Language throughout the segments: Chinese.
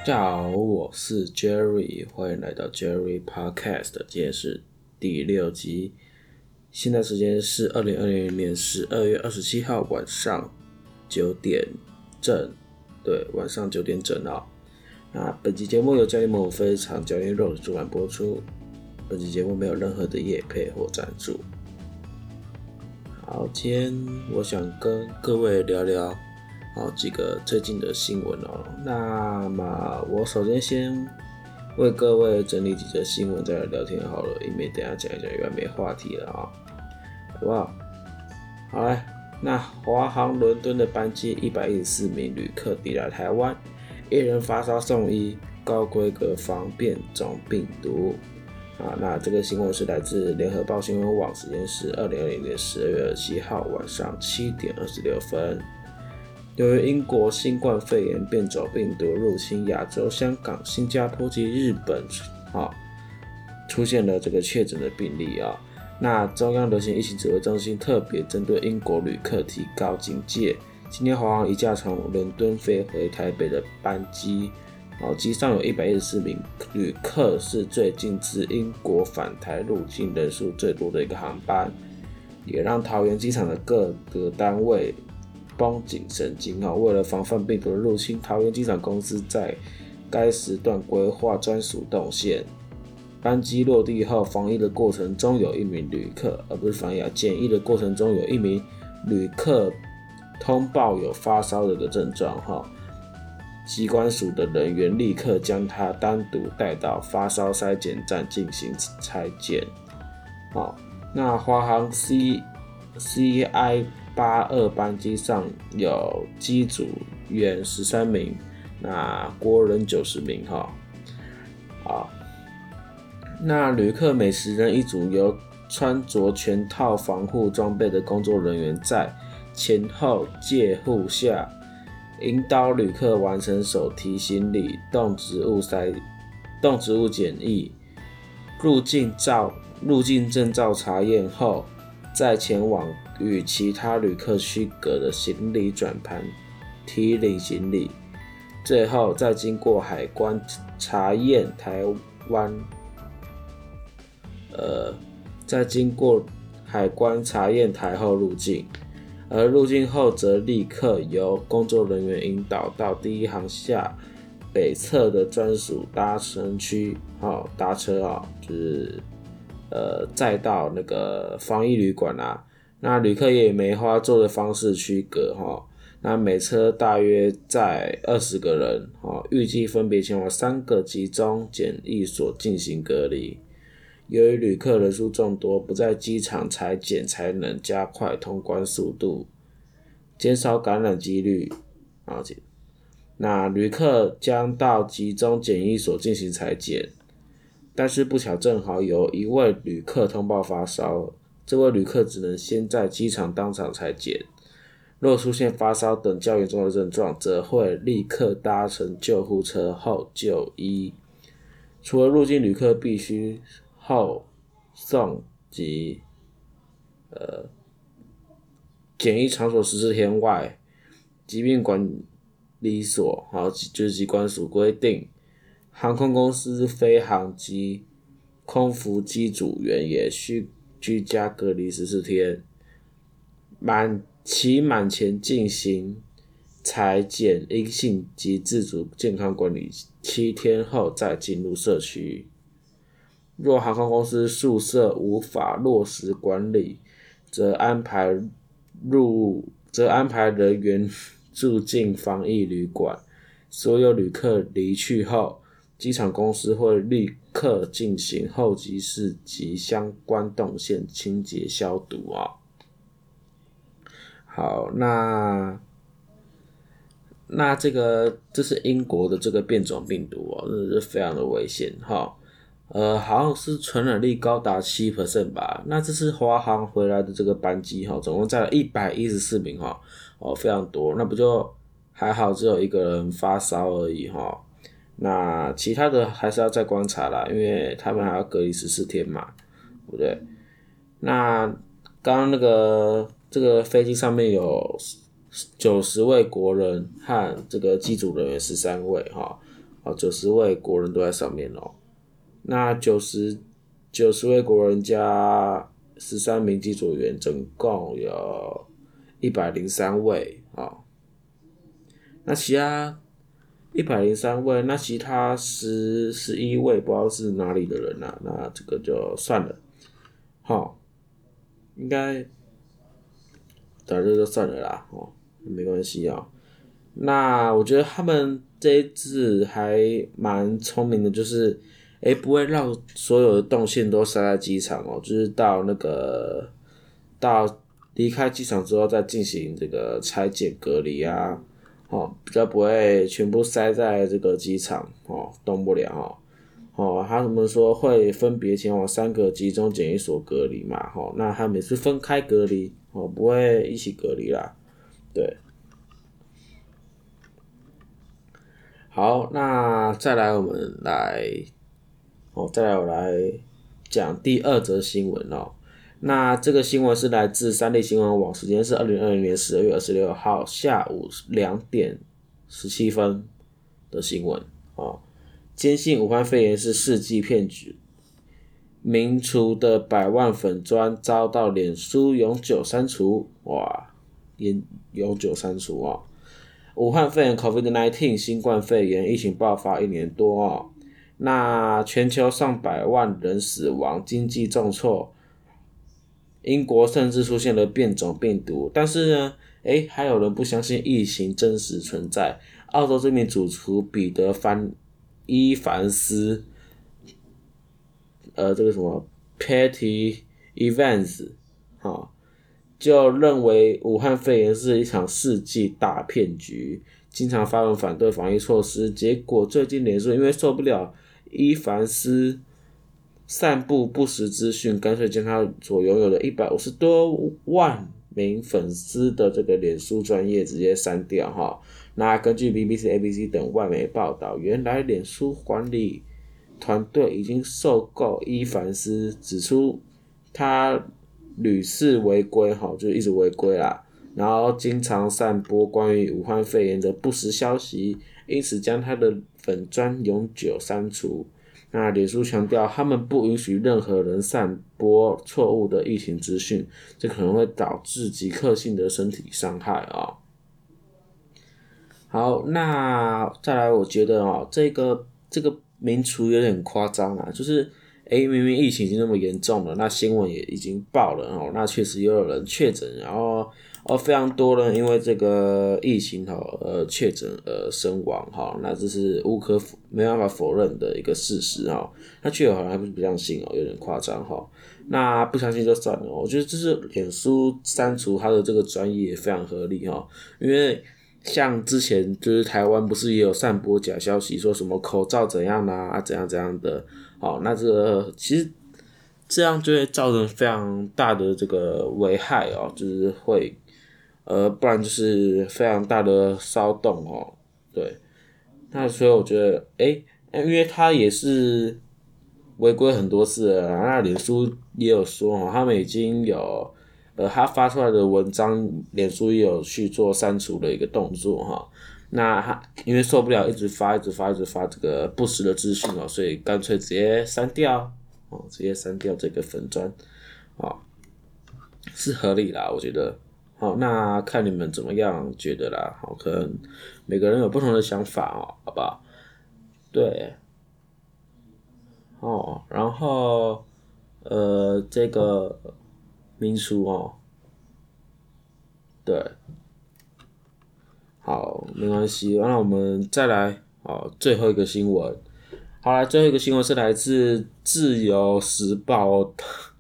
大家好，我是 Jerry， 欢迎来到 Jerry Podcast， 今天是第6集。现在时间是2020年12月27号晚上9点整，对，晚上9点整哦。那本期节目由教练们非常教练肉主办播出，本期节目没有任何的业配或赞助。好，今天我想跟各位聊聊几个最近的新闻哦。那么我首先为各位整理几则新闻再来聊天好了，以免等一下讲一讲又没话题了好不好？好来，那华航伦敦的班机114名旅客抵达台湾，1人发烧送医，高规格防变种病毒。那这个新闻是来自联合报新闻网，时间是2020年12月27号晚上7点26分。由于英国新冠肺炎变种病毒入侵亚洲、香港、新加坡及日本出现了这个确诊的病例那中央流行疫情指挥中心特别针对英国旅客提高警戒。今天华航一架从伦敦飞回台北的班机机上有114名旅客，是最近自英国返台入境人数最多的一个航班，也让桃园机场的各个单位绷紧神经为了防范病毒的入侵，桃园机场公司在该时段规划专属动线。班机落地后，防疫的过程中有一名旅客，而不是防疫检疫的过程中有一名旅客通报有发烧的症状机关署的人员立刻将他单独带到发烧筛检站进行采检。那华航 CI82 班机上有机组员13名，那国人90名那旅客每10人一组，由穿着全套防护装备的工作人员在前后介护下引导旅客完成手提行李、动植物检疫、入境证照查验后，再前往与其他旅客区隔的行李转盘提领行李，最后再经过海关查验台后入境，而入境后则立刻由工作人员引导到第一航厦北侧的专属搭乘区搭车就是再到那个防疫旅馆那旅客也以梅花座的方式区隔那每车大约载20个人预计分别前往3个集中检疫所进行隔离。由于旅客人数众多，不在机场采检才能加快通关速度，减少感染几率。那旅客将到集中检疫所进行采检，但是不巧正好有一位旅客通报发烧，这位旅客只能先在机场当场采检，若出现发烧等较严重的症状，则会立刻搭乘救护车后就医。除了入境旅客必须后送及检疫场所14天外，疾病管理所就是机关署规定，航空公司飞航及空服机组员也需居家隔离14天，期满前进行采检阴性及自主健康管理7天后再进入社区。若航空公司宿舍无法落实管理，则安排人员住进防疫旅馆。所有旅客离去后，机场公司会立刻进行候机室及相关动线清洁消毒好，那这是英国的这个变种病毒真的是非常的危险好像是传染力高达 7% 吧。那这是华航回来的这个班机总共载了114名非常多。那不就还好只有1个人发烧而已那其他的还是要再观察啦，因为他们还要隔离14天嘛，对不对？那刚刚这个飞机上面有90位国人和这个机组人员13位 90位国人都在上面哦。那90位国人加13名机组员，总共有103位那其他103位，那其他11位不知道是哪里的人啊，那这个就算了，应该这就算了啦，没关系啊。那我觉得他们这一次还蛮聪明的，就是不会让所有的动线都塞在机场就是到离开机场之后再进行这个拆检隔离啊，比较不会全部塞在这个机场动不了他们说会分别前往3个集中检疫所隔离嘛那他们也是分开隔离不会一起隔离啦，对。好，那再来我来讲第2则新闻那这个新闻是来自三立新闻网，时间是2020年12月26号下午2点17分的新闻坚信武汉肺炎是世纪骗局，名厨的百万粉专遭到脸书永久删除，永久删除武汉肺炎 COVID-19 新冠肺炎疫情爆发1年多那全球上百万人死亡，经济重挫，英国甚至出现了变种病毒，但是呢，还有人不相信疫情真实存在。澳洲这名主厨彼得伊凡斯，这个什么 Patty Evans 就认为武汉肺炎是一场世纪大骗局，经常发文反对防疫措施，结果最近脸书因为受不了伊凡斯散布不实资讯，干脆将他所拥有的150多万名粉丝的这个脸书专页直接删掉那根据 BBC、ABC 等外媒报道，原来脸书管理团队已经受够伊凡斯指出他屡次违规就一直违规啦，然后经常散播关于武汉肺炎的不实消息，因此将他的粉专永久删除。那脸书强调他们不允许任何人散播错误的疫情资讯，这可能会导致即刻性的身体伤害好，那再来我觉得这个名厨有点夸张啦，就是明明疫情已经那么严重了，那新闻也已经报了那确实也有人确诊，然后非常多人因为这个疫情确诊而身亡那这是没办法否认的一个事实那却有好像还不相信有点夸张那不相信就算了我觉得这是脸书删除他的这个专业也非常合理因为像之前就是台湾不是也有散播假消息，说什么口罩怎样怎样怎样的那这个其实这样就会造成非常大的这个危害就是会不然就是非常大的骚动对，那所以我觉得因为他也是违规很多次了那脸书也有说他们已经有他发出来的文章，脸书也有去做删除的一个动作那他因为受不了一直发这个不实的资讯所以干脆直接删掉这个粉专是合理啦，我觉得那看你们怎么样觉得啦可能每个人有不同的想法好不好？对然后这个民俗对，好，没关系，那我们再来最后一个新闻。好来，最后一个新闻是来自自由时报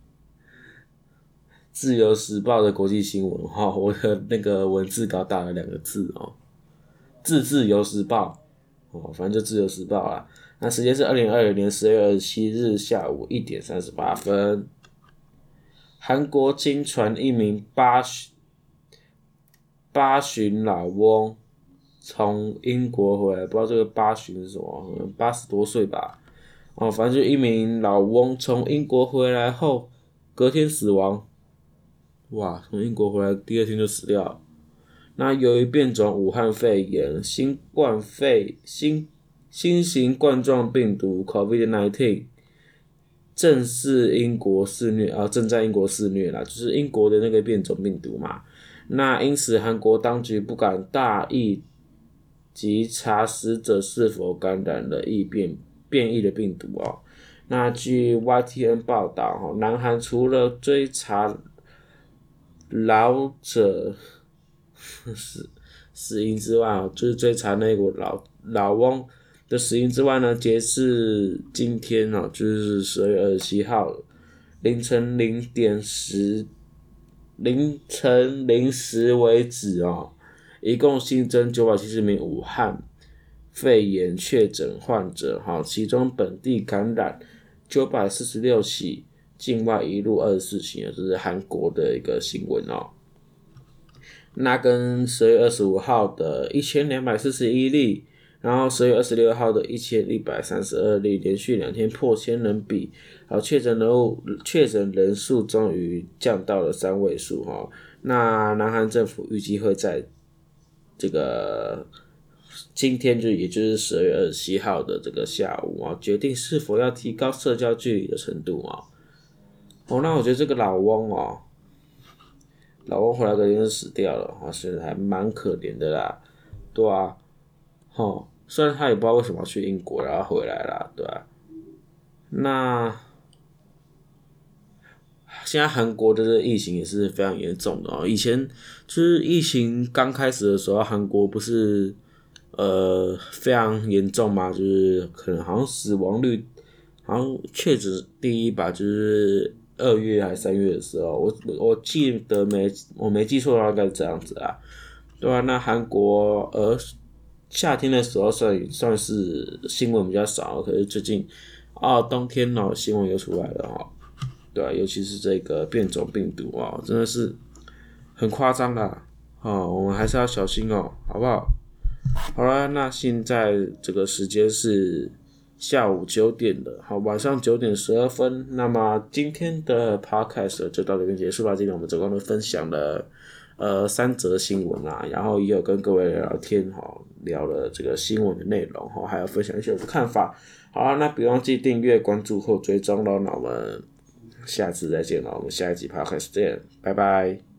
的国际新闻我的那个文字稿打了2个字自由时报反正就自由时报啦。那时间是2020年12月27日下午1点38分。韩国经传一名八旬老翁从英国回来，不知道这个八旬是什么，80多岁吧。反正就一名老翁从英国回来后，隔天死亡。哇，从英国回来第2天就死掉了。那由于变种武汉肺炎、新冠新型冠状病毒 COVID-19 正在英国肆虐啦，就是英国的那个变种病毒嘛。那因此韩国当局不敢大意及查死者是否感染了变异的病毒哦。那据 YTN 报道，南韩除了追查老者死因之外，就是追查那个老翁的死因之外呢，截至今天就是12月27号凌晨0时为止一共新增970名武汉肺炎确诊患者，其中本地感染946起，境外移入24起，这是韩国的一个新闻那跟10月25号的1241例，然后10月26号的1132例，连续2天破千人比，确诊人数终于降到了3位数那南韩政府预计会在这个今天也就是12月27号的这个下午决定是否要提高社交距离的程度那我觉得这个老翁回来隔天就死掉了所以还蛮可怜的啦，对啊，虽然他也不知道为什么要去英国然后回来啦，对啊，那现在韩国的这个疫情也是非常严重的以前就是疫情刚开始的时候，韩国不是非常严重嘛，就是可能好像死亡率好像确诊第一吧，就是2月还3月的时候，我记得我没记错的话应该是这样子啊，对啊，那韩国夏天的时候算是新闻比较少，可是最近冬天新闻又出来了对啊，尤其是这个变种病毒真的是很夸张啦我们还是要小心好不好？好啦，那现在这个时间是下午9点了，晚上9点12分。那么今天的 podcast 就到这边结束吧。今天我们总共分享了3则新闻然后也有跟各位聊天聊了这个新闻的内容还有分享一些我的看法。好啦，那别忘记订阅、关注或追踪咯。那我们下次再见了，我们下一集 podcast 见，拜拜。